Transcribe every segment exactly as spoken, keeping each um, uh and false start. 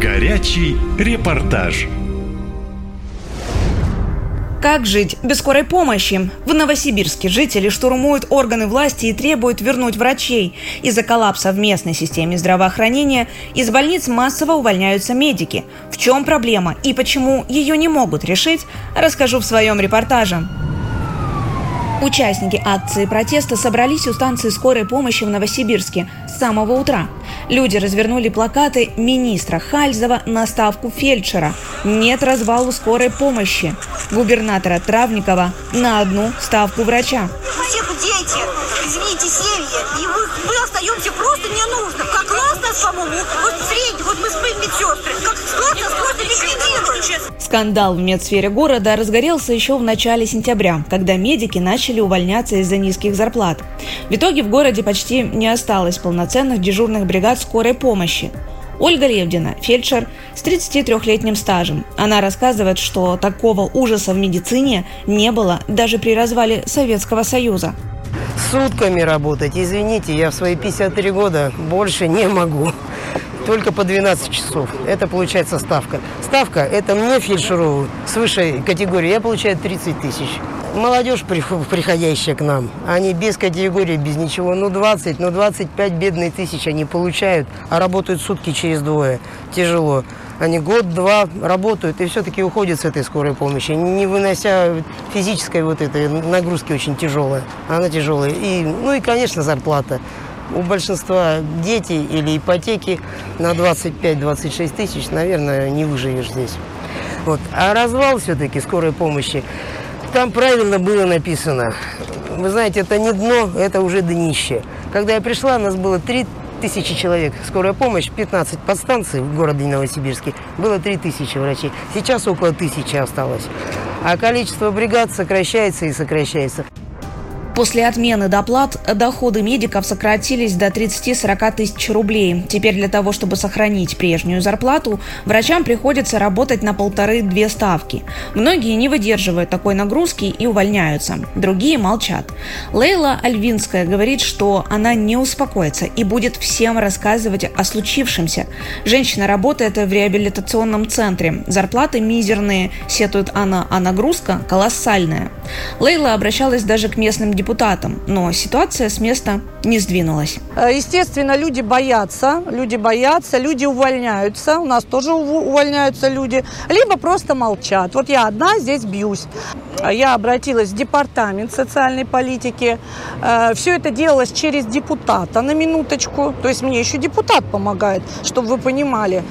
Горячий репортаж. Как жить без скорой помощи? В Новосибирске жители штурмуют органы власти и требуют вернуть врачей. Из-за коллапса в местной системе здравоохранения из больниц массово увольняются медики. В чем проблема и почему ее не могут решить, расскажу в своем репортаже. Участники акции протеста собрались у станции скорой помощи в Новосибирске с самого утра. Люди развернули плакаты министра Хальзова на ставку фельдшера. Нет развалу скорой помощи. Губернатора Травникова на одну ставку врача. У всех дети, извините, семьи, и мы, мы остаемся просто ненужным. Как раз нас, по-моему, вот средний, вот мы с моими медсестрами, как склад нас просто ликвидируют. Скандал в медсфере города разгорелся еще в начале сентября, когда медики начали увольняться из-за низких зарплат. В итоге в городе почти не осталось полноценных дежурных бригад скорой помощи. Ольга Левдина, фельдшер с тридцатитрёхлетним стажем. Она рассказывает, что такого ужаса в медицине не было даже при развале Советского Союза. Сутками работать, извините, я в свои пятьдесят три года больше не могу. Только по двенадцать часов. Это получается ставка. Ставка – это мне, фельдшеру, с высшей категории, я получаю тридцать тысяч. Молодежь, приходящая к нам, они без категории, без ничего. Ну, двадцать, ну, двадцать пять бедные тысяч они получают, а работают сутки через двое. Тяжело. Они год-два работают и все-таки уходят с этой скорой помощи, не вынося физической вот этой нагрузки очень тяжелой. Она тяжелая. И, ну и, конечно, зарплата. У большинства дети или ипотеки на двадцать пять — двадцать шесть тысяч, наверное, не выживешь здесь. Вот. А развал все-таки скорой помощи, там правильно было написано. Вы знаете, это не дно, это уже днище. Когда я пришла, у нас было три тысячи человек. Скорая помощь, пятнадцать подстанций в городе Новосибирске, было три тысячи врачей. Сейчас около тысячи осталось. А количество бригад сокращается и сокращается. После отмены доплат доходы медиков сократились до тридцати-сорока тысяч рублей. Теперь для того, чтобы сохранить прежнюю зарплату, врачам приходится работать на полторы-две ставки. Многие не выдерживают такой нагрузки и увольняются. Другие молчат. Лейла Альвинская говорит, что она не успокоится и будет всем рассказывать о случившемся. Женщина работает в реабилитационном центре. Зарплаты мизерные, сетует она, а нагрузка колоссальная. Лейла обращалась даже к местным депутатам, но ситуация с места не сдвинулась. Естественно, люди боятся, люди боятся, люди увольняются, у нас тоже увольняются люди, либо просто молчат. Вот я одна здесь бьюсь. Я обратилась в департамент социальной политики. Все это делалось через депутата, на минуточку. То есть мне еще депутат помогает, чтобы вы понимали.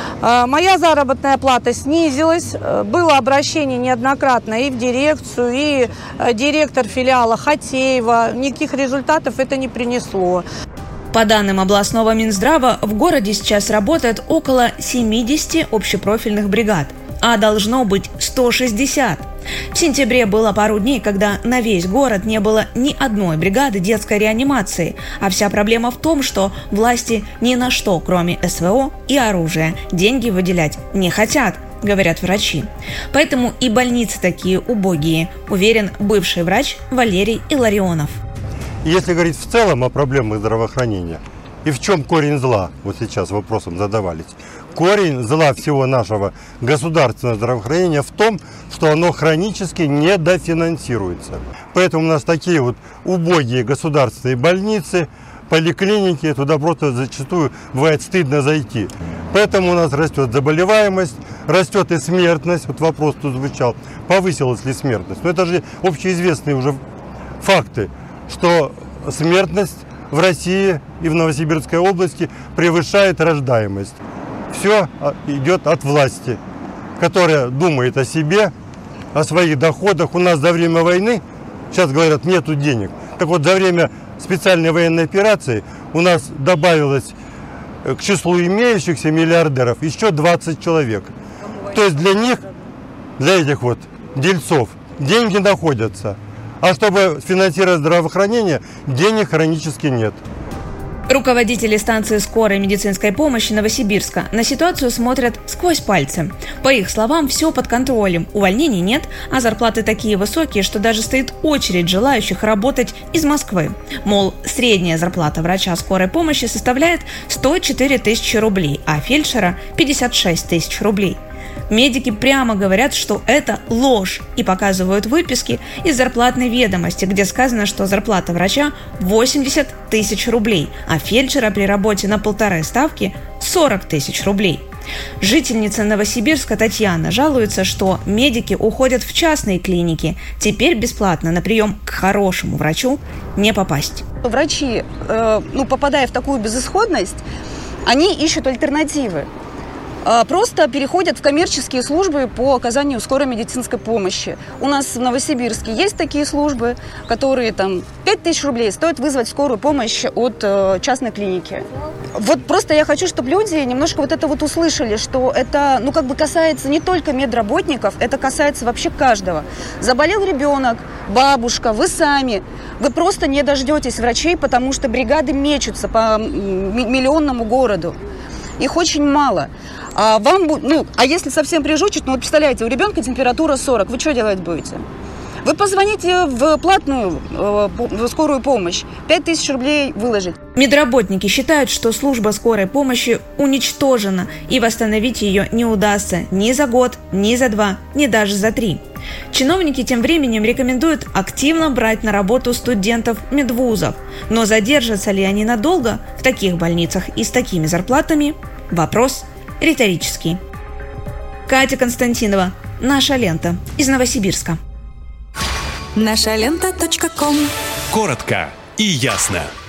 Моя заработная плата снизилась. Было обращение неоднократно и в дирекцию, и директор филиала Хатеева. Никаких результатов это не принесло. По данным областного Минздрава, в городе сейчас работает около семидесяти общепрофильных бригад, а должно быть сто шестьдесят. В сентябре было пару дней, когда на весь город не было ни одной бригады детской реанимации, а вся проблема в том, что власти ни на что, кроме эс вэ о и оружия, деньги выделять не хотят, говорят врачи. Поэтому и больницы такие убогие, уверен бывший врач Валерий Илларионов. Если говорить в целом о проблемах здравоохранения, и в чем корень зла, вот сейчас вопросом задавались, корень зла всего нашего государственного здравоохранения в том, что оно хронически недофинансируется. Поэтому у нас такие вот убогие государственные больницы, поликлиники, туда просто зачастую бывает стыдно зайти. Поэтому у нас растет заболеваемость, растет и смертность. Вот вопрос тут звучал, повысилась ли смертность. Но это же общеизвестные уже факты, что смертность в России и в Новосибирской области превышает рождаемость. Все идет от власти, которая думает о себе, о своих доходах. У нас за время войны, сейчас говорят, нету денег. Так вот, за время специальной военной операции у нас добавилось к числу имеющихся миллиардеров еще двадцать человек. То есть для них, для этих вот дельцов, деньги находятся. А чтобы финансировать здравоохранение, денег хронически нет. Руководители станции скорой медицинской помощи Новосибирска на ситуацию смотрят сквозь пальцы. По их словам, все под контролем, увольнений нет, а зарплаты такие высокие, что даже стоит очередь желающих работать из Москвы. Мол, средняя зарплата врача скорой помощи составляет сто четыре тысячи рублей, а фельдшера – пятьдесят шесть тысяч рублей. Медики прямо говорят, что это ложь, и показывают выписки из зарплатной ведомости, где сказано, что зарплата врача восемьдесят тысяч рублей, а фельдшера при работе на полторы ставки сорок тысяч рублей. Жительница Новосибирска Татьяна жалуется, что медики уходят в частные клиники. Теперь бесплатно на прием к хорошему врачу не попасть. Врачи, э, ну, попадая в такую безысходность, они ищут альтернативы. Просто переходят в коммерческие службы по оказанию скорой медицинской помощи. У нас в Новосибирске есть такие службы, которые там пять тысяч рублей стоит вызвать скорую помощь от э, частной клиники. Вот просто я хочу, чтобы люди немножко вот это вот услышали, что это, ну, как бы касается не только медработников, это касается вообще каждого. Заболел ребенок, бабушка, вы сами, вы просто не дождетесь врачей, потому что бригады мечутся по миллионному городу. Их очень мало. А вам, ну, а если совсем прижучить, ну, вот представляете, у ребенка температура сорок, вы что делать будете? Вы позвоните в платную э, в скорую помощь, пять тысяч рублей выложить. Медработники считают, что служба скорой помощи уничтожена, и восстановить ее не удастся ни за год, ни за два, ни даже за три. Чиновники тем временем рекомендуют активно брать на работу студентов медвузов. Но задержатся ли они надолго в таких больницах и с такими зарплатами? Вопрос риторический. Катя Константинова, «Наша лента», из Новосибирска. наша лента точка ком. Коротко и ясно.